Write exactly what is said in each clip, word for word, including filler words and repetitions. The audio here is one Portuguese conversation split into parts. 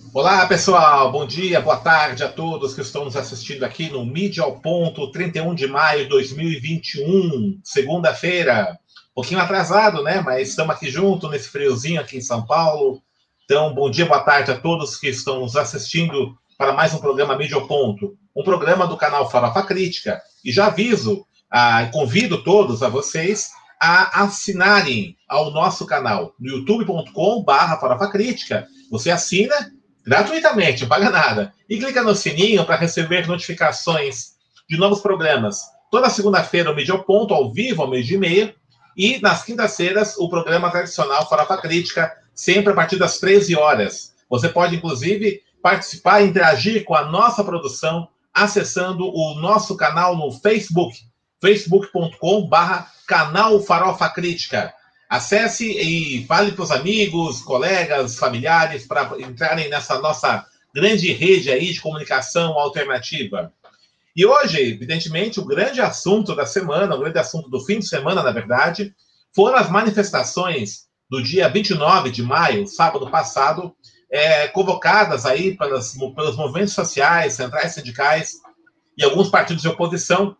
Olá, pessoal. Bom dia, boa tarde a todos que estão nos assistindo aqui no Mídia ao Ponto, trinta e um de maio de dois mil e vinte e um, segunda-feira. Um pouquinho atrasado, né? Mas estamos aqui junto nesse friozinho aqui em São Paulo. Então, bom dia, boa tarde a todos que estão nos assistindo para mais um programa Mídia ao Ponto, um programa do canal Farofa Crítica. E já aviso, ah, convido todos a vocês a assinarem ao nosso canal no youtube ponto com barra Farofa Crítica. Você assina gratuitamente, não paga nada. E clica no sininho para receber notificações de novos programas. Toda segunda-feira, o Mídia ao Ponto, ao vivo, ao meio-dia e meia. E nas quintas-feiras, o programa tradicional Farofa Crítica, sempre a partir das treze horas. Você pode, inclusive, participar e interagir com a nossa produção acessando o nosso canal no Facebook, facebook ponto com barra canal Farofa Crítica. Acesse e fale para os amigos, colegas, familiares, para entrarem nessa nossa grande rede aí de comunicação alternativa. E hoje, evidentemente, o grande assunto da semana, o grande assunto do fim de semana, na verdade, foram as manifestações do dia vinte e nove de maio, sábado passado, é, convocadas aí pelas, pelos movimentos sociais, centrais sindicais e alguns partidos de oposição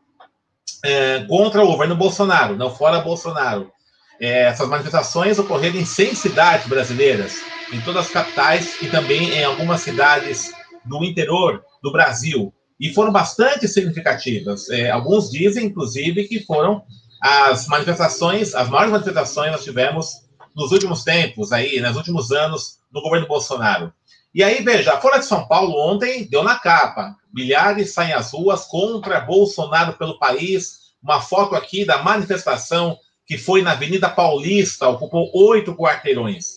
é, contra o governo Bolsonaro, não fora Bolsonaro. É, essas manifestações ocorreram em cem cidades brasileiras, em todas as capitais e também em algumas cidades do interior do Brasil. E foram bastante significativas. É, alguns dizem, inclusive, que foram as manifestações, as maiores manifestações que nós tivemos nos últimos tempos, aí, nos últimos anos, do governo Bolsonaro. E aí, veja, a Folha de São Paulo ontem deu na capa. Milhares saem às ruas contra Bolsonaro pelo país. Uma foto aqui da manifestação que foi na Avenida Paulista, ocupou oito quarteirões.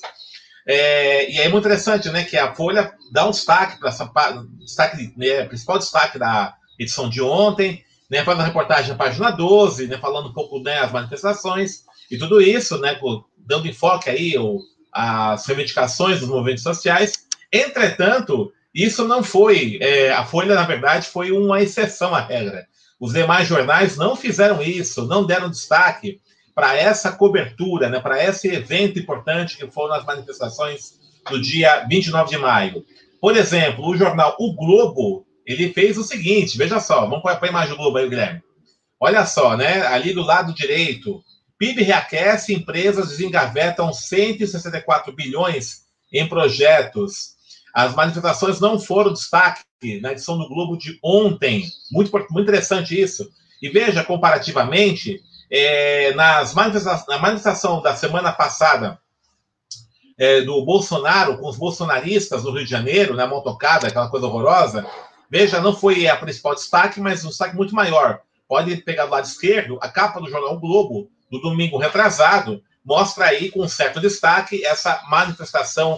É, e é muito interessante, né, que a Folha dá um destaque para essa destaque, né, principal destaque da edição de ontem, né, fazendo a reportagem na página doze, né, falando um pouco, né, as manifestações e tudo isso, né, dando enfoque aí o, as reivindicações dos movimentos sociais. Entretanto, isso não foi, é, a Folha, na verdade, foi uma exceção à regra. Os demais jornais não fizeram isso, não deram destaque para essa cobertura, né, para esse evento importante que foram as manifestações do dia vinte e nove de maio. Por exemplo, o jornal O Globo, ele fez o seguinte, veja só, vamos pôr a imagem do Globo aí, Guilherme. Olha só, né, ali do lado direito, P I B reaquece, empresas desengavetam cento e sessenta e quatro bilhões em projetos. As manifestações não foram destaque na edição do Globo de ontem. Muito, muito interessante isso. E veja, comparativamente, É, nas manifesta na manifestação da semana passada é, do Bolsonaro com os bolsonaristas no Rio de Janeiro, na motocada, aquela coisa horrorosa, veja, não foi a principal destaque, mas um destaque muito maior. Pode pegar do lado esquerdo, a capa do jornal o Globo, do domingo retrasado, mostra aí com um certo destaque essa manifestação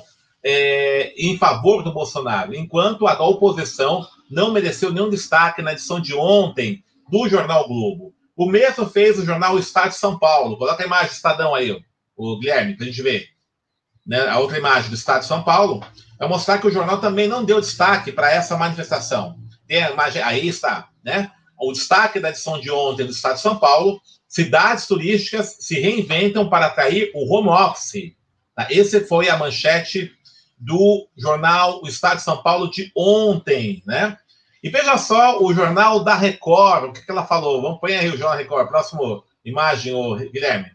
é, em favor do Bolsonaro, enquanto a da oposição não mereceu nenhum destaque na edição de ontem do jornal Globo. O mesmo fez o jornal Estado de São Paulo. Coloca a imagem do Estadão aí, o Guilherme, para a gente ver. Né? A outra imagem do Estado de São Paulo é mostrar que o jornal também não deu destaque para essa manifestação. Tem a imagem, aí está, né? O destaque da edição de ontem do Estado de São Paulo: cidades turísticas se reinventam para atrair o home office. Tá? Esse foi a manchete do jornal O Estado de São Paulo de ontem, né? E veja só o jornal da Record, o que, que ela falou? Vamos pôr aí o jornal da Record, próximo imagem, ô, Guilherme.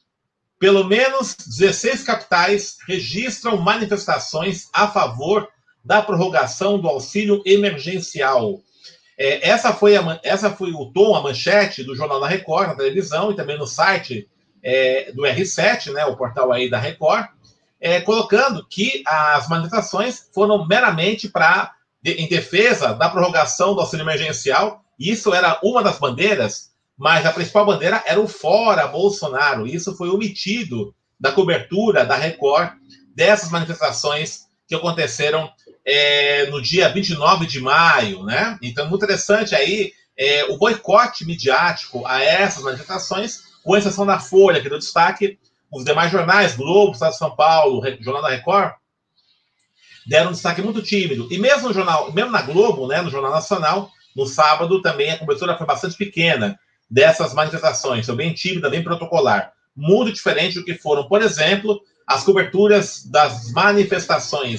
Pelo menos dezesseis capitais registram manifestações a favor da prorrogação do auxílio emergencial. É, essa, foi a, essa foi o tom, a manchete do jornal da Record, na televisão, e também no site é, do R sete, né, o portal aí da Record, é, colocando que as manifestações foram meramente para em defesa da prorrogação do auxílio emergencial. Isso era uma das bandeiras, mas a principal bandeira era o fora Bolsonaro. Isso foi omitido da cobertura da Record dessas manifestações que aconteceram é, no dia vinte e nove de maio, né? Então, muito interessante aí é, o boicote midiático a essas manifestações, com exceção da Folha, que deu destaque. Os demais jornais, Globo, Estado de São Paulo, Jornal da Record, deram um destaque muito tímido. E mesmo no jornal, mesmo na Globo, né, no Jornal Nacional, no sábado também a cobertura foi bastante pequena dessas manifestações, foi bem tímida, bem protocolar. Muito diferente do que foram, por exemplo, as coberturas das manifestações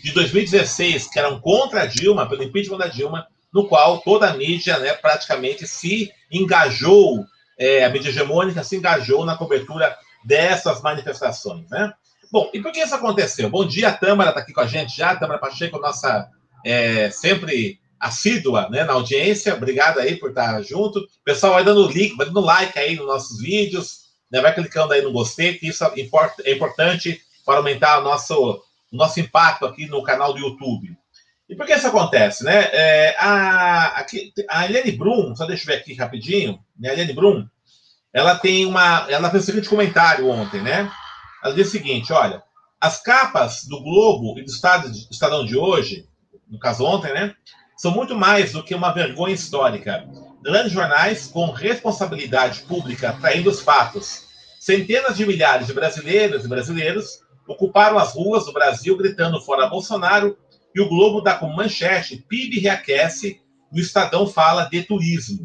de dois mil e dezesseis, que eram contra a Dilma, pelo impeachment da Dilma, no qual toda a mídia, né, praticamente se engajou, é, a mídia hegemônica se engajou na cobertura dessas manifestações, né? Bom, e por que isso aconteceu? Bom dia, a Tâmara está aqui com a gente já, a Tâmara Pacheco, nossa é, sempre assídua, né, na audiência, obrigado aí por estar junto. Pessoal, vai dando link, vai dando like aí nos nossos vídeos, né, vai clicando aí no gostei, que isso é, import, é importante para aumentar o nosso, o nosso impacto aqui no canal do YouTube. E por que isso acontece, né? É, a, aqui, a Eliane Brum, só deixa eu ver aqui rapidinho, né, a Eliane Brum, ela tem uma, ela fez o seguinte comentário ontem, né? Ela diz o seguinte, olha, as capas do Globo e do Estado, Estadão de hoje, no caso ontem, né, são muito mais do que uma vergonha histórica. Grandes jornais com responsabilidade pública traindo os fatos. Centenas de milhares de brasileiras e brasileiros ocuparam as ruas do Brasil gritando fora Bolsonaro e o Globo dá como manchete P I B reaquece e o Estadão fala de turismo.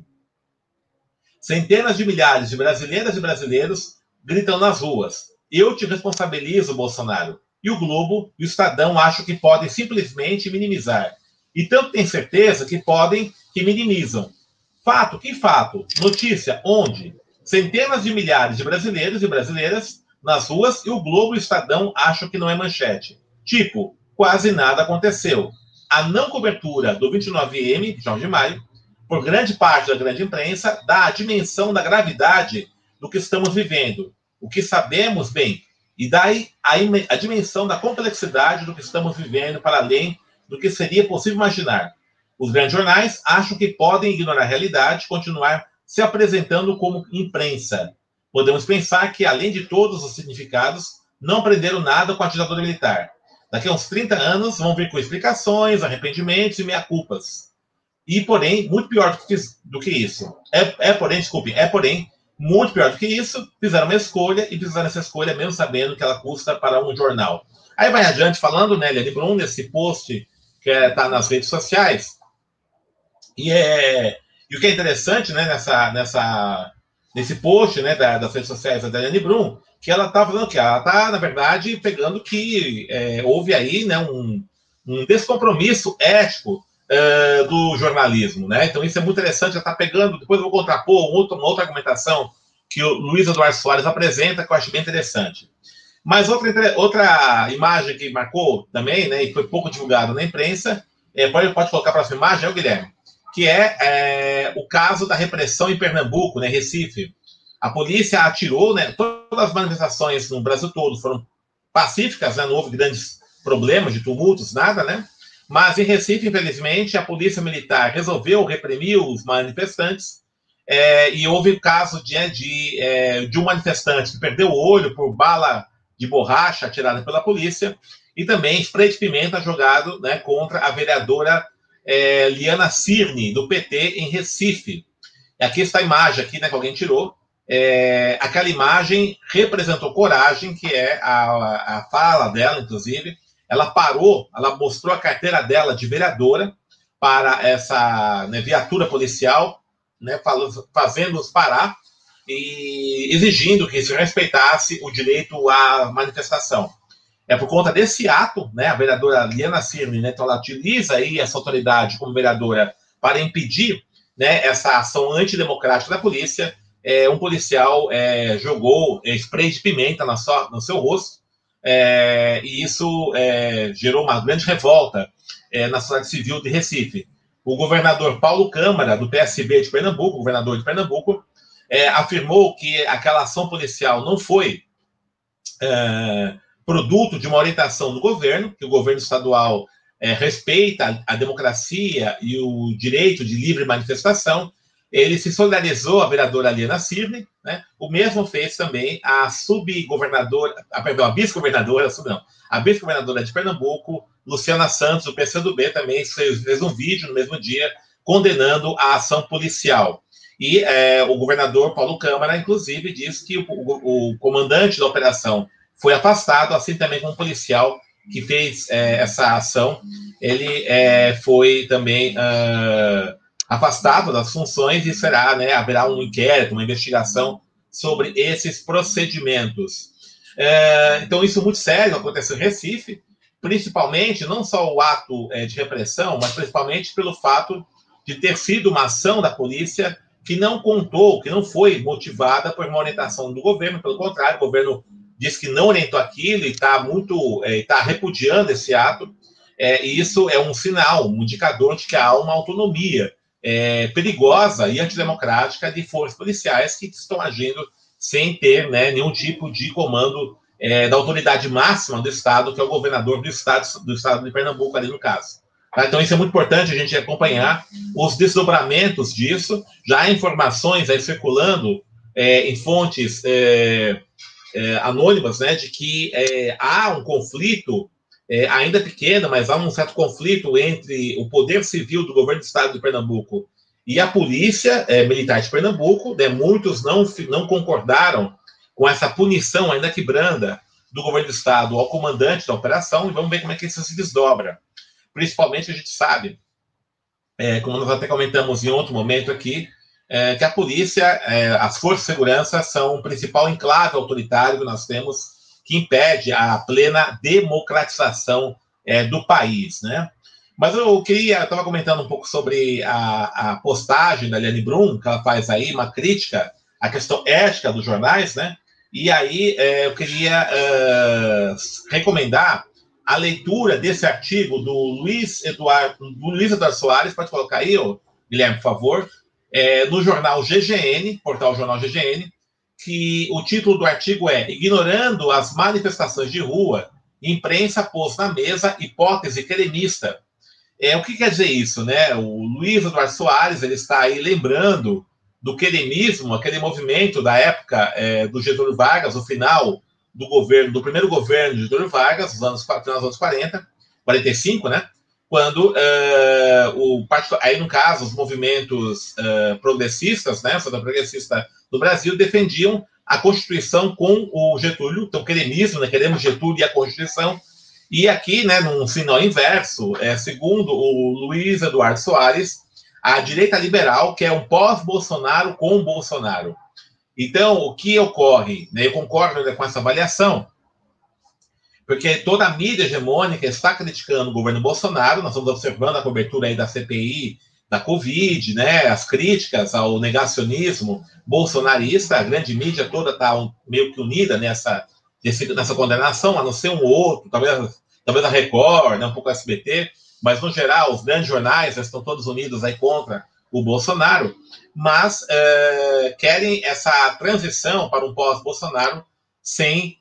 Centenas de milhares de brasileiras e brasileiros gritam nas ruas. Eu te responsabilizo, Bolsonaro. E o Globo e o Estadão acham que podem simplesmente minimizar. E tanto tem certeza que podem que minimizam. Fato, que fato? Notícia, onde? Centenas de milhares de brasileiros e brasileiras nas ruas e o Globo e o Estadão acham que não é manchete. Tipo, quase nada aconteceu. A não cobertura do vinte e nove M, de João de Maio, por grande parte da grande imprensa, dá a dimensão da gravidade do que estamos vivendo. O que sabemos bem, e daí a, a dimensão da complexidade do que estamos vivendo para além do que seria possível imaginar. Os grandes jornais acham que podem ignorar a realidade e continuar se apresentando como imprensa. Podemos pensar que, além de todos os significados, não aprenderam nada com a ditadura militar. Daqui a uns trinta anos vão vir com explicações, arrependimentos e meia-culpas. E, porém, muito pior do que, do que isso. É, é, porém, desculpe, é, porém, muito pior do que isso, fizeram uma escolha e fizeram essa escolha mesmo sabendo que ela custa para um jornal. Aí vai adiante falando, né, Eliane Brum, nesse post que está nas redes sociais. E, é, e o que é interessante, né, nessa, nessa, nesse post, né, da, das redes sociais da Eliane Brum, que ela está falando que ela está, na verdade, pegando que é, houve aí, né, um, um descompromisso ético Uh, do jornalismo, né? Então isso é muito interessante, já está pegando, depois eu vou contrapor um outro, uma outra argumentação que o Luiz Eduardo Soares apresenta, que eu acho bem interessante. Mas outra, outra imagem que marcou também, né, e foi pouco divulgada na imprensa, é, pode, pode colocar a próxima imagem, é o Guilherme, que é, é o caso da repressão em Pernambuco, né, Recife. A polícia atirou, né, todas as manifestações no Brasil todo foram pacíficas, né, não houve grandes problemas de tumultos, nada, né? Mas em Recife, infelizmente, a polícia militar resolveu reprimir os manifestantes é, e houve o caso de, de, é, de um manifestante que perdeu o olho por bala de borracha atirada pela polícia e também spray de pimenta jogado, né, contra a vereadora é, Liana Cirne, do P T, em Recife. E aqui está a imagem aqui, né, que alguém tirou. É, aquela imagem representou coragem, que é a, a fala dela, inclusive. Ela parou, ela mostrou a carteira dela de vereadora para essa, né, viatura policial, né, fazendo-os parar e exigindo que se respeitasse o direito à manifestação. É por conta desse ato, né, a vereadora Liana Cirne, né, então ela utiliza aí essa autoridade como vereadora para impedir, né, essa ação antidemocrática da polícia. É, um policial é, jogou spray de pimenta na sua, no seu rosto, É, e isso é, gerou uma grande revolta é, na sociedade civil de Recife. O governador Paulo Câmara, do P S B de Pernambuco, governador de Pernambuco, é, afirmou que aquela ação policial não foi é, produto de uma orientação do governo, que o governo estadual é, respeita a, a democracia e o direito de livre manifestação. Ele se solidarizou a vereadora Liana Cirne, né? O mesmo fez também a subgovernadora, a, perdão, a vice-governadora, não, a vice-governadora de Pernambuco, Luciana Santos, do P C do B, também fez, fez um vídeo no mesmo dia condenando a ação policial. E é, o governador Paulo Câmara, inclusive, disse que o, o, o comandante da operação foi afastado, assim também como o policial que fez é, essa ação, ele é, foi também Uh, afastado das funções e será, né, haverá um inquérito, uma investigação sobre esses procedimentos. É, então, isso é muito sério, aconteceu em Recife, principalmente, não só o ato é, de repressão, mas principalmente pelo fato de ter sido uma ação da polícia que não contou, que não foi motivada por uma orientação do governo, pelo contrário, o governo diz que não orientou aquilo e está muito, está é, repudiando esse ato, é, e isso é um sinal, um indicador de que há uma autonomia é, perigosa e antidemocrática de forças policiais que estão agindo sem ter, né, nenhum tipo de comando é, da autoridade máxima do Estado, que é o governador do Estado, do estado de Pernambuco, ali no caso. Tá? Então, isso é muito importante a gente acompanhar os desdobramentos disso. Já há informações aí circulando é, em fontes é, é, anônimas, né, de que é, há um conflito, é, ainda pequeno, mas há um certo conflito entre o poder civil do governo do Estado de Pernambuco e a polícia é, militar de Pernambuco. Né, muitos não, não concordaram com essa punição, ainda que branda, do governo do Estado ao comandante da operação, e vamos ver como é que isso se desdobra. Principalmente, a gente sabe, é, como nós até comentamos em outro momento aqui, é, que a polícia, é, as forças de segurança são o principal enclave autoritário que nós temos, que impede a plena democratização é, do país, né? Mas eu queria, eu estava comentando um pouco sobre a, a postagem da Eliane Brum, que ela faz aí uma crítica à questão ética dos jornais, né? E aí é, eu queria uh, recomendar a leitura desse artigo do Luiz Eduardo, do Luiz Eduardo Soares, pode colocar aí, ô, Guilherme, por favor, é, no jornal G G N, portal Jornal G G N, que o título do artigo é Ignorando as manifestações de rua, imprensa pôs na mesa hipótese queremista. É, o que quer dizer isso, né? O Luiz Eduardo Soares, ele está aí lembrando do queremismo, aquele movimento da época é, do Getúlio Vargas, o final do governo, do primeiro governo de Getúlio Vargas, nos anos, nos anos quarenta, quarenta e cinco, né? Quando, uh, o, aí no caso, os movimentos uh, progressistas, né, o progressista do Brasil, defendiam a Constituição com o Getúlio, então queremismo, né, queremos Getúlio e a Constituição, e aqui, né, num sinal inverso, é, segundo o Luiz Eduardo Soares, a direita liberal quer um pós-Bolsonaro com o Bolsonaro. Então, o que ocorre? Né, eu concordo, né, com essa avaliação, porque toda a mídia hegemônica está criticando o governo Bolsonaro. Nós estamos observando a cobertura aí da C P I, da Covid, né, as críticas ao negacionismo bolsonarista. A grande mídia toda está meio que unida nessa, nessa condenação, a não ser um outro, talvez, talvez a Record, né, um pouco a S B T, mas, no geral, os grandes jornais estão todos unidos aí contra o Bolsonaro, mas é, querem essa transição para um pós-Bolsonaro sem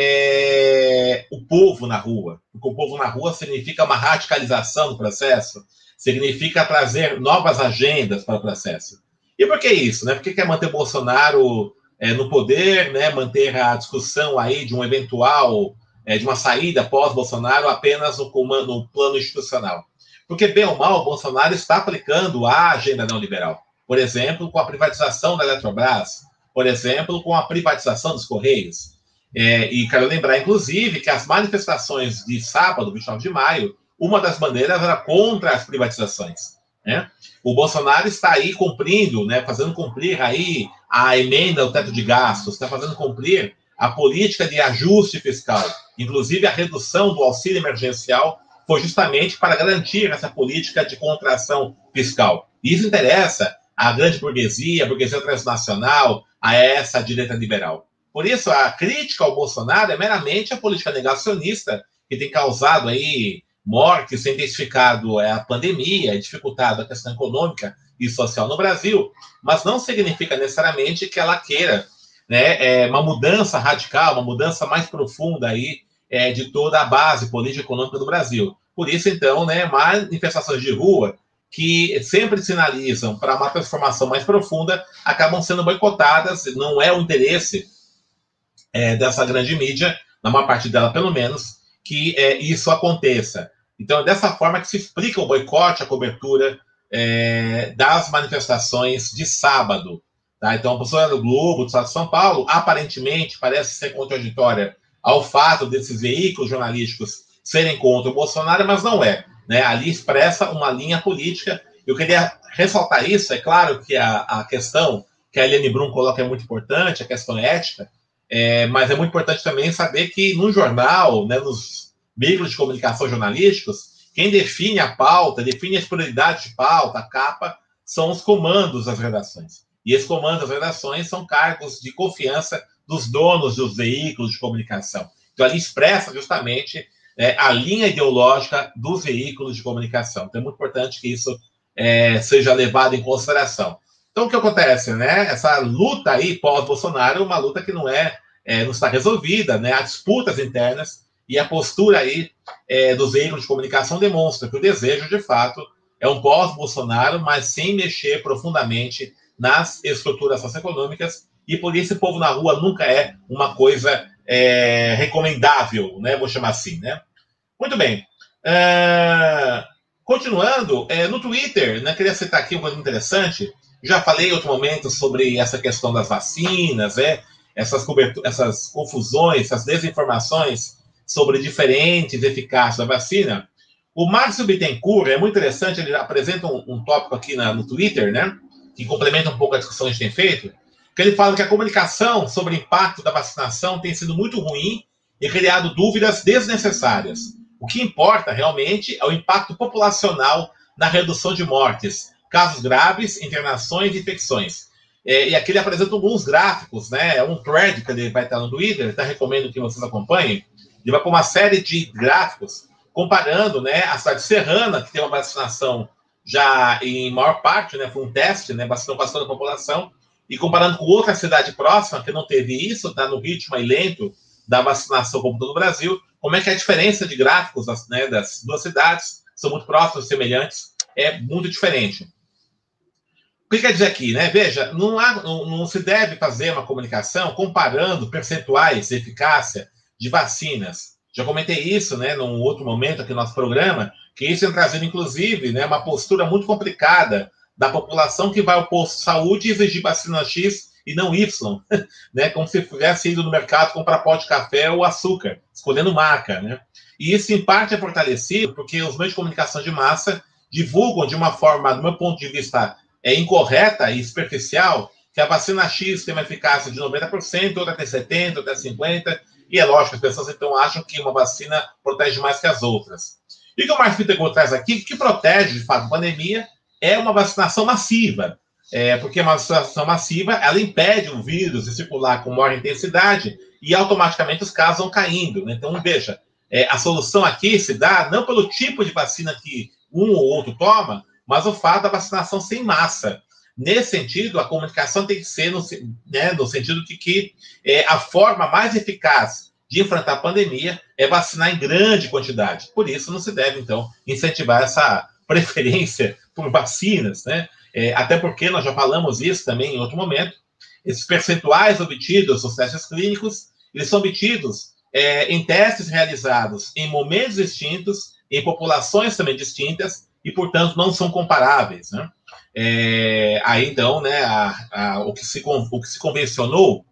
É, o povo na rua, porque o povo na rua significa uma radicalização do processo, significa trazer novas agendas para o processo. E por que isso? Né? Por que quer manter o Bolsonaro é, no poder, né? Manter a discussão aí de um eventual, é, de uma saída pós-Bolsonaro apenas no, comando, no plano institucional? Porque, bem ou mal, o Bolsonaro está aplicando a agenda neoliberal. Por exemplo, com a privatização da Eletrobras, por exemplo, com a privatização dos Correios. É, e quero lembrar, inclusive, que as manifestações de sábado, vinte e nove de maio, uma das bandeiras era contra as privatizações. Né? O Bolsonaro está aí cumprindo, né, fazendo cumprir aí a emenda ao teto de gastos, está fazendo cumprir a política de ajuste fiscal. Inclusive, a redução do auxílio emergencial foi justamente para garantir essa política de contração fiscal. E isso interessa à grande burguesia, à burguesia transnacional, a essa direita liberal. Por isso, a crítica ao Bolsonaro é meramente a política negacionista, que tem causado aí mortes, tem intensificado a pandemia, dificultado a questão econômica e social no Brasil, mas não significa necessariamente que ela queira, né, é, uma mudança radical, uma mudança mais profunda aí, é, de toda a base política e econômica do Brasil. Por isso, então, né, manifestações de rua que sempre sinalizam para uma transformação mais profunda acabam sendo boicotadas, não é o interesse É, dessa grande mídia, na maior parte dela pelo menos, que é, isso aconteça. Então, é dessa forma que se explica o boicote, a cobertura é, das manifestações de sábado. Tá? Então, a postura do Globo, do Estado de São Paulo, aparentemente parece ser contraditória ao fato desses veículos jornalísticos serem contra o Bolsonaro, mas não é. Né? Ali expressa uma linha política. Eu queria ressaltar isso. É claro que a, a questão que a Eliane Brum coloca é muito importante, a questão ética, É, mas é muito importante também saber que no jornal, né, nos, veículos de comunicação jornalísticos, quem define a pauta, define as prioridades de pauta, a capa, são os comandos das redações. E esses comandos das redações são cargos de confiança dos donos dos veículos de comunicação. Então, ali expressa justamente é, a linha ideológica dos veículos de comunicação. Então, é muito importante que isso é, seja levado em consideração. Então, o que acontece, né? Essa luta aí pós-Bolsonaro é uma luta que não é, é não está resolvida, né? Há disputas internas e a postura aí é, dos veículos de comunicação demonstra que o desejo, de fato, é um pós-Bolsonaro, mas sem mexer profundamente nas estruturas socioeconômicas, e por isso o povo na rua nunca é uma coisa é, recomendável, né? Vou chamar assim, né? Muito bem. Uh, continuando, é, no Twitter, né, queria citar aqui uma coisa interessante. Já falei em outro momento sobre essa questão das vacinas, né? essas, essas confusões, essas desinformações sobre diferentes eficácias da vacina. O Márcio Bittencourt é muito interessante, ele apresenta um, um tópico aqui na, no Twitter, né? Que complementa um pouco a discussão que a gente tem feito, que ele fala que a comunicação sobre o impacto da vacinação tem sido muito ruim e criado dúvidas desnecessárias. O que importa realmente é o impacto populacional na redução de mortes, casos graves, internações e infecções. É, e aqui ele apresenta alguns gráficos, né? É um thread que ele vai estar no Twitter, tá? Recomendo que vocês acompanhem. Ele vai com uma série de gráficos comparando, né, a cidade serrana, que tem uma vacinação já em maior parte, né? Foi um teste, né? Vacinou quase toda a população. E comparando com outra cidade próxima, que não teve isso, está no ritmo aí lento da vacinação como todo o Brasil, como é que é a diferença de gráficos das, né, das duas cidades, são muito próximas, semelhantes, é muito diferente. O que quer dizer aqui, né? Veja, não, há, não, não se deve fazer uma comunicação comparando percentuais de eficácia de vacinas. Já comentei isso, né, num outro momento aqui no nosso programa, que isso tem trazido, inclusive, né, uma postura muito complicada da população que vai ao posto de saúde e exigir vacina X e não Y, né? Como se tivesse ido no mercado comprar pó de café ou açúcar, escolhendo marca, né? E isso, em parte, é fortalecido porque os meios de comunicação de massa divulgam de uma forma, do meu ponto de vista, é, incorreta e superficial, que a vacina X tem uma eficácia de noventa por cento, outra tem setenta por cento, outra tem cinquenta por cento, e é lógico, as pessoas então acham que uma vacina protege mais que as outras. E o que o Márcio Bittencourt traz aqui, que protege, de fato, a pandemia, é uma vacinação massiva, é, porque uma vacinação massiva, ela impede o vírus de circular com maior intensidade e automaticamente os casos vão caindo, né? Então, veja, é, a solução aqui se dá não pelo tipo de vacina que um ou outro toma, mas o fato da vacinação sem massa. Nesse sentido, a comunicação tem que ser no, né, no sentido de que é, a forma mais eficaz de enfrentar a pandemia é vacinar em grande quantidade. Por isso, não se deve, então, incentivar essa preferência por vacinas, né? É, até porque nós já falamos isso também em outro momento. Esses percentuais obtidos nos testes clínicos, eles são obtidos é, em testes realizados em momentos distintos, em populações também distintas, e, portanto, não são comparáveis, né? É, aí, então, né, a, a, o, que se, o que se convencionou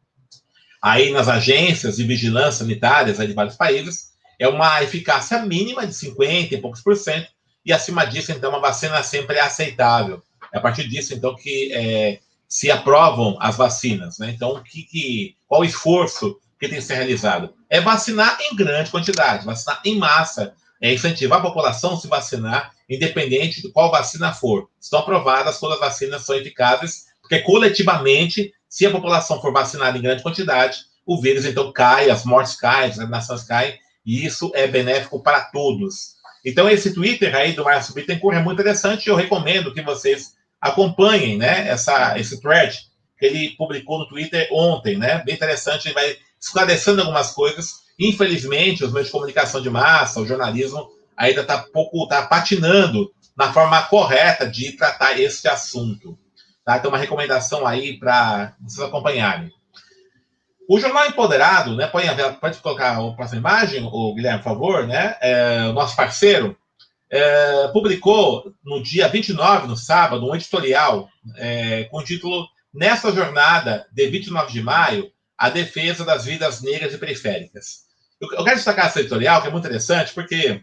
aí nas agências de vigilância sanitárias aí de vários países é uma eficácia mínima de cinquenta e poucos por cento, e acima disso, então, uma vacina sempre é aceitável. É a partir disso, então, que é, se aprovam as vacinas, né? Então, que, que, qual o esforço que tem que ser realizado? É vacinar em grande quantidade, vacinar em massa, é incentivar a população a se vacinar, independente de qual vacina for. Estão aprovadas, todas as vacinas são eficazes, porque coletivamente, se a população for vacinada em grande quantidade, o vírus então cai, as mortes caem, as internações caem, e isso é benéfico para todos. Então, esse Twitter aí do Márcio Bittencourt é muito interessante, e eu recomendo que vocês acompanhem, né, essa, esse thread que ele publicou no Twitter ontem, né, bem interessante, ele vai esclarecendo algumas coisas. Infelizmente, os meios de comunicação de massa, o jornalismo, ainda está pouco, tá patinando na forma correta de tratar esse assunto. Tá? Então, uma recomendação aí para vocês acompanharem. O Jornal Empoderado, né, pode, pode colocar a próxima imagem, o Guilherme, por favor, né, é, o nosso parceiro, é, publicou no dia vinte e nove, no sábado, um editorial é, com o título Nessa jornada de vinte e nove de maio, a defesa das vidas negras e periféricas. Eu, eu quero destacar esse editorial, que é muito interessante, porque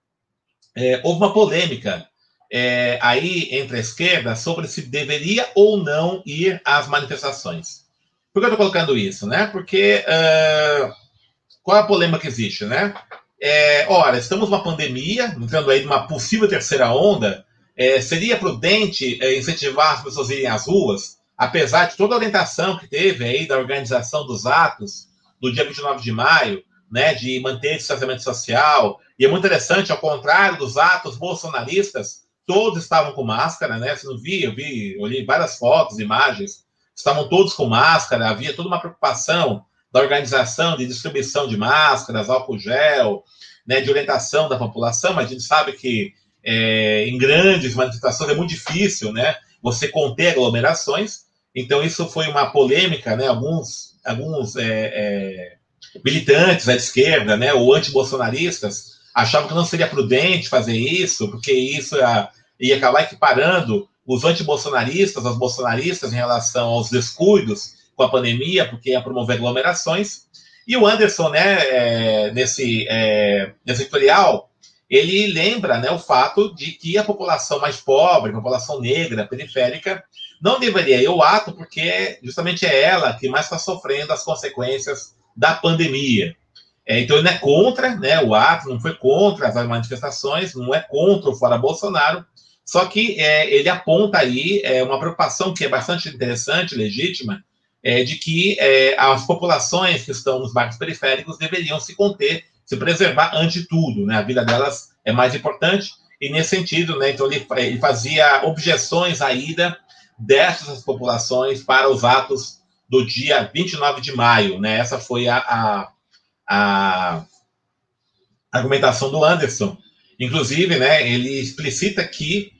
é, houve uma polêmica é, aí entre a esquerda sobre se deveria ou não ir às manifestações. Por que eu estou colocando isso, né? Porque uh, qual é a polêmica que existe, né? É, ora, estamos numa pandemia, entrando aí numa possível terceira onda, é, seria prudente é, incentivar as pessoas a irem às ruas, apesar de toda a orientação que teve aí da organização dos atos do dia vinte e nove de maio, né, de manter distanciamento social, e é muito interessante, ao contrário dos atos bolsonaristas, todos estavam com máscara, né, você não via, eu vi, eu olhei várias fotos, imagens, estavam todos com máscara, havia toda uma preocupação da organização de distribuição de máscaras, álcool gel, né, de orientação da população, mas a gente sabe que é, em grandes manifestações é muito difícil, né, você conter aglomerações, então isso foi uma polêmica, né, alguns, alguns é, é, militantes da esquerda, né, ou antibolsonaristas, achavam que não seria prudente fazer isso, porque isso ia, ia acabar equiparando os antibolsonaristas, os bolsonaristas em relação aos descuidos com a pandemia, porque ia promover aglomerações. E o Anderson, né, é, nesse, é, nesse editorial, ele lembra, né, o fato de que a população mais pobre, a população negra, periférica, não deveria ir ao ato, porque justamente é ela que mais está sofrendo as consequências da pandemia. É, então ele não é contra, né, o ato, não foi contra as manifestações, não é contra o Fora Bolsonaro, só que é, ele aponta aí é, uma preocupação que é bastante interessante, legítima, é, de que é, as populações que estão nos bairros periféricos deveriam se conter, se preservar antes de tudo, né? A vida delas é mais importante, e nesse sentido, né, então ele, ele fazia objeções à ida dessas populações para os atos do dia vinte e nove de maio, né? Essa foi a, a, a argumentação do Anderson. Inclusive, né, ele explicita que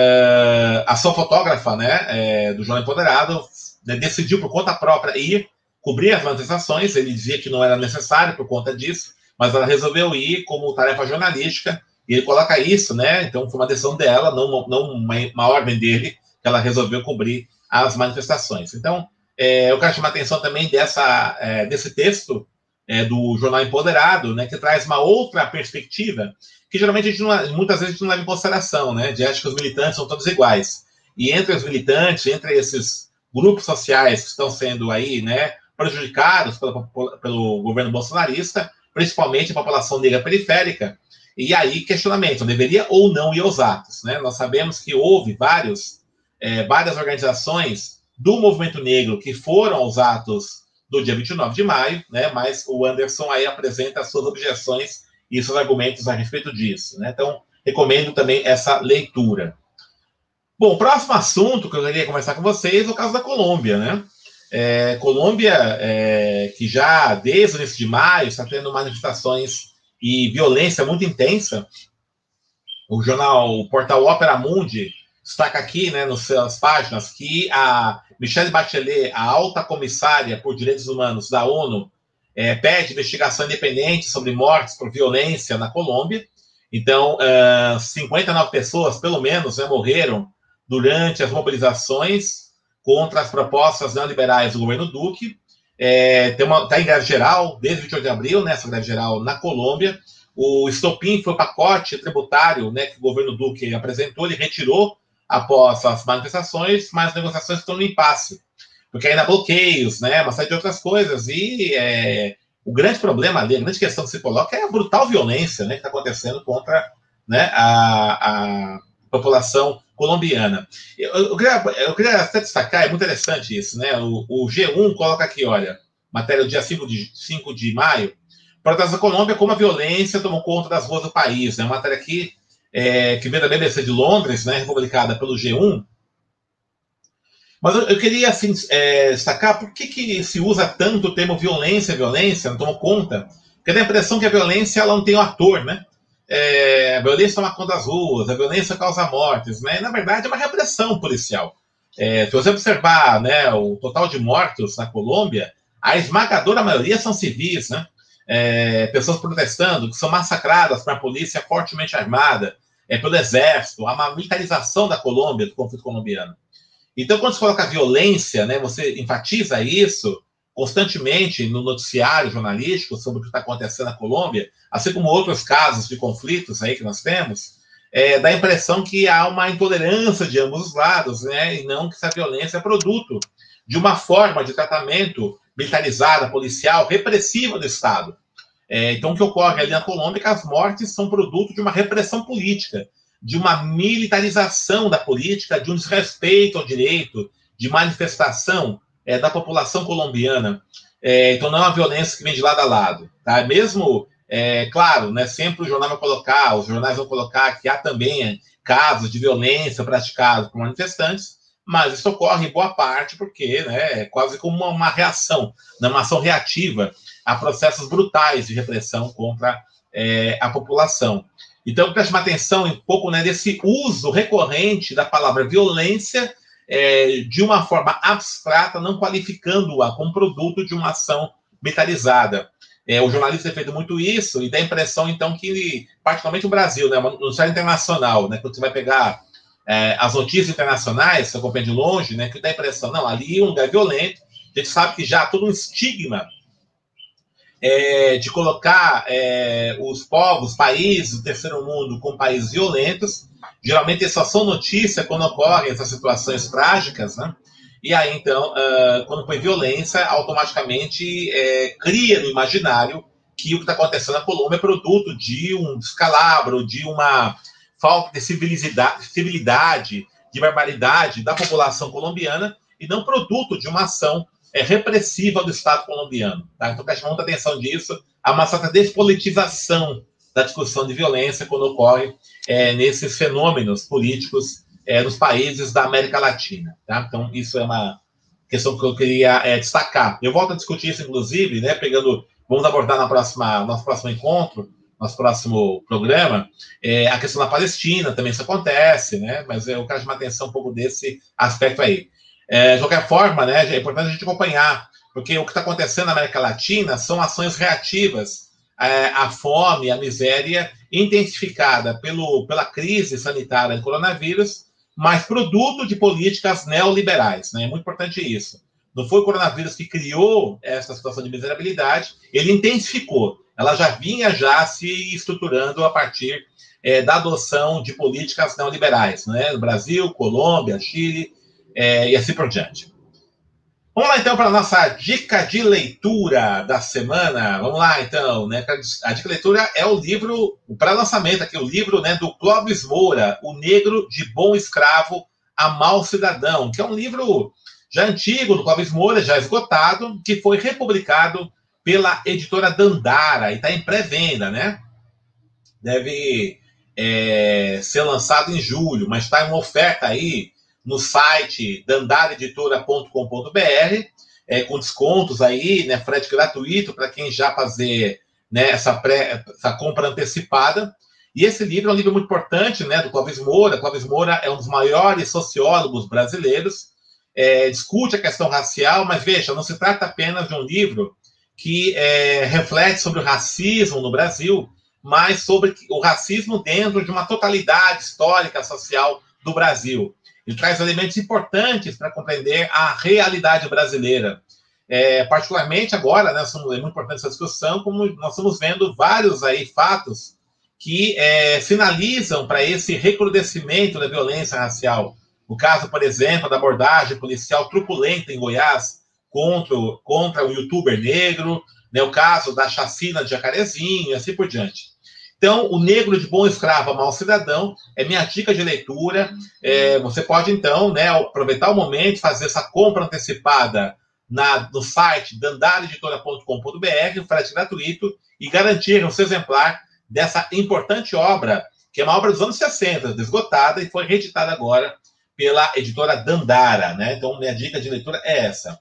uh, a sua fotógrafa, né, é, do Jornal Empoderado, né, decidiu por conta própria ir cobrir as manifestações. Ele dizia que não era necessário por conta disso, mas ela resolveu ir como tarefa jornalística, e ele coloca isso, né, então foi uma decisão dela, não, não uma, uma ordem dele, que ela resolveu cobrir as manifestações. Então, é, eu quero chamar a atenção também dessa, é, desse texto é, do Jornal Empoderado, né, que traz uma outra perspectiva, que geralmente a gente não, muitas vezes a gente não leva em consideração, né, de acho que os militantes são todos iguais. E entre os militantes, entre esses grupos sociais que estão sendo aí, né, prejudicados pelo, pelo governo bolsonarista, principalmente a população negra periférica, e aí questionamento, deveria ou não ir aos atos, né? Nós sabemos que houve vários, é, várias organizações do movimento negro que foram aos atos do dia vinte e nove de maio, né? Mas o Anderson aí apresenta as suas objeções e seus argumentos a respeito disso, né? Então, recomendo também essa leitura. Bom, o próximo assunto que eu queria conversar com vocês é o caso da Colômbia, né? É, Colômbia, é, que já desde o início de maio está tendo manifestações e violência muito intensa. O jornal, o portal Opera Mundi destaca aqui, né, nas suas páginas, que a Michelle Bachelet, a alta comissária por direitos humanos da ONU, é, pede investigação independente sobre mortes por violência na Colômbia. Então, uh, cinquenta e nove pessoas, pelo menos, né, morreram durante as mobilizações contra as propostas neoliberais do governo Duque. É, está em greve geral, desde vinte e oito de abril, né, essa greve geral na Colômbia. O estopim foi o pacote tributário, né, que o governo Duque apresentou, ele retirou após as manifestações, mas as negociações estão no impasse, porque ainda há bloqueios, né, uma série de outras coisas, e é, o grande problema ali, a grande questão que se coloca é a brutal violência, né, que está acontecendo contra, né, a, a população colombiana. Eu, eu, queria, eu queria até destacar, é muito interessante isso, né? O, o G um coloca aqui, olha, matéria do dia cinco de maio, protestos da Colômbia como a violência tomou conta das ruas do país, né? Uma matéria aqui é, que veio da B B C de Londres, né? Publicada pelo G um. Mas eu, eu queria, assim, é, destacar por que, que se usa tanto o termo violência, violência, não tomou conta? Porque dá a impressão que a violência ela não tem um ator, né? É, a violência toma conta das ruas, a violência causa mortes, né? Na verdade, é uma repressão policial. É, se você observar, né, o total de mortos na Colômbia, a esmagadora maioria são civis, né? É, pessoas protestando, que são massacradas por uma polícia fortemente armada, é, pelo exército, há uma militarização da Colômbia, do conflito colombiano. Então, quando você coloca violência, né, você enfatiza isso constantemente no noticiário jornalístico sobre o que está acontecendo na Colômbia, assim como outros casos de conflitos aí que nós temos, é, dá a impressão que há uma intolerância de ambos os lados, né, e não que essa violência é produto de uma forma de tratamento militarizada, policial, repressiva do Estado. É, então, o que ocorre ali na Colômbia é que as mortes são produto de uma repressão política, de uma militarização da política, de um desrespeito ao direito de manifestação é, da população colombiana. É, então, não é uma violência que vem de lado a lado. Tá? Mesmo, é, claro, né, sempre o jornal vai colocar, os jornais vão colocar que há também casos de violência praticados por manifestantes, mas isso ocorre em boa parte porque né, é quase como uma, uma reação, né, uma ação reativa a processos brutais de repressão contra é, a população. Então, preste atenção um pouco né, desse uso recorrente da palavra violência é, de uma forma abstrata, não qualificando-a como produto de uma ação militarizada. É, o jornalista tem feito muito isso e dá a impressão, então, que, particularmente o Brasil, né, no cenário internacional, né, quando você vai pegar é, as notícias internacionais, você acompanha de longe, né, que dá a impressão, não, ali é um lugar violento, a gente sabe que já há todo um estigma É, de colocar é, os povos, países do terceiro mundo como países violentos. Geralmente só são notícia quando ocorrem essas situações trágicas, né? E aí, então, uh, quando põe violência, automaticamente é, cria no imaginário que o que está acontecendo na Colômbia é produto de um descalabro, de uma falta de civilidade, civilidade, de barbaridade da população colombiana, e não produto de uma ação é, repressiva do Estado colombiano. Tá? Então, preste muita atenção disso. Há uma certa despolitização da discussão de violência quando ocorre é, nesses fenômenos políticos é, nos países da América Latina. Tá? Então, isso é uma questão que eu queria é, destacar. Eu volto a discutir isso, inclusive, né, pegando, vamos abordar na próxima, no nosso próximo encontro, nosso próximo programa, é, a questão da Palestina, também isso acontece, né, mas eu quero chamar atenção um pouco desse aspecto aí. É, de qualquer forma, né, é importante a gente acompanhar, porque o que está acontecendo na América Latina são ações reativas é, à fome, à miséria, intensificada pelo, pela crise sanitária do coronavírus, mas produto de políticas neoliberais. Né? É muito importante isso. Não foi o coronavírus que criou essa situação de miserabilidade, ele intensificou. Ela já vinha já se estruturando a partir é, da adoção de políticas neoliberais. Né? No Brasil, Colômbia, Chile, É, e assim por diante. Vamos lá, então, para a nossa dica de leitura da semana. Vamos lá, então. Né? A dica de leitura é o livro, o pré-lançamento aqui, o livro né, do Clóvis Moura, O Negro de Bom Escravo a Mau Cidadão, que é um livro já antigo do Clóvis Moura, já esgotado, que foi republicado pela editora Dandara e está em pré-venda, né? Deve é, ser lançado em julho, mas está em uma oferta aí no site dandara editora ponto com ponto b r, é, com descontos aí, né, frete gratuito para quem já fazer né, essa, pré, essa compra antecipada. E esse livro é um livro muito importante, né, do Clóvis Moura. Clóvis Moura é um dos maiores sociólogos brasileiros, é, discute a questão racial, mas veja, não se trata apenas de um livro que é, reflete sobre o racismo no Brasil, mas sobre o racismo dentro de uma totalidade histórica, social do Brasil. Ele traz elementos importantes para compreender a realidade brasileira. É, particularmente agora, né, é muito importante essa discussão, como nós estamos vendo vários aí fatos que é, sinalizam para esse recrudescimento da violência racial. O caso, por exemplo, da abordagem policial truculenta em Goiás contra, contra o youtuber negro, né, o caso da chacina de Jacarezinho e assim por diante. Então, O Negro de Bom Escravo a Mau Cidadão é minha dica de leitura. É, você pode, então, né, aproveitar o momento, fazer essa compra antecipada na, no site dandara editora ponto com ponto b r, frete gratuito, e garantir o seu exemplar dessa importante obra, que é uma obra dos anos sessenta, esgotada, e foi reeditada agora pela editora Dandara. Né? Então, minha dica de leitura é essa.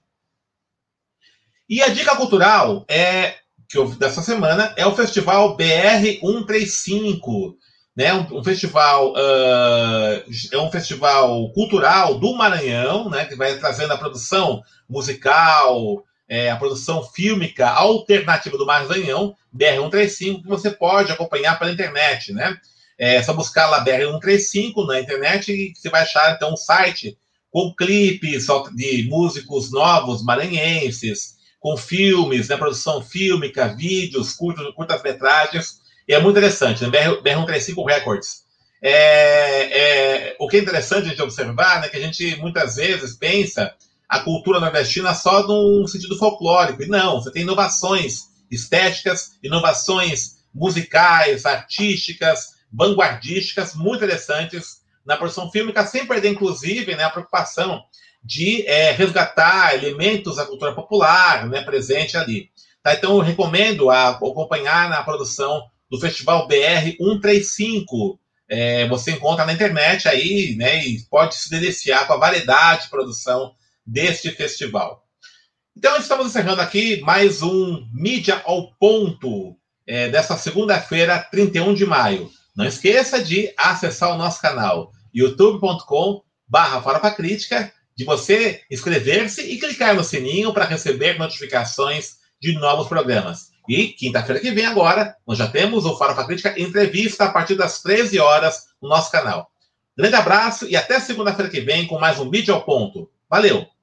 E a dica cultural é... que eu, dessa semana é o Festival B R cento e trinta e cinco, né? um, um festival uh, é um festival cultural do Maranhão, né? Que vai trazendo a produção musical, é, a produção fílmica alternativa do Maranhão, B R cento e trinta e cinco, que você pode acompanhar pela internet, né? É só buscar lá B R cento e trinta e cinco na internet e você vai achar então um site com clipes de músicos novos maranhenses, com filmes, né, produção fílmica, vídeos, curtos, curtas-metragens, e é muito interessante, né? B R cento e trinta e cinco Records. É, é, o que é interessante a gente observar, né, que a gente muitas vezes pensa a cultura nordestina só num sentido folclórico, e não, você tem inovações estéticas, inovações musicais, artísticas, vanguardísticas, muito interessantes na produção fílmica, sem perder, inclusive, né, a preocupação de é, resgatar elementos da cultura popular, né, presente ali. Tá? Então, eu recomendo a, acompanhar na produção do Festival B R cento e trinta e cinco. É, você encontra na internet aí, né, e pode se deliciar com a variedade de produção deste festival. Então, estamos encerrando aqui mais um Mídia ao Ponto, é, dessa segunda-feira, trinta e um de maio. Não esqueça de acessar o nosso canal, youtube ponto com barra Farofa Crítica, de você inscrever-se e clicar no sininho para receber notificações de novos programas. E quinta-feira que vem agora, nós já temos o Farofa Crítica entrevista a partir das treze horas no nosso canal. Grande abraço e até segunda-feira que vem com mais um Mídia ao Ponto. Valeu!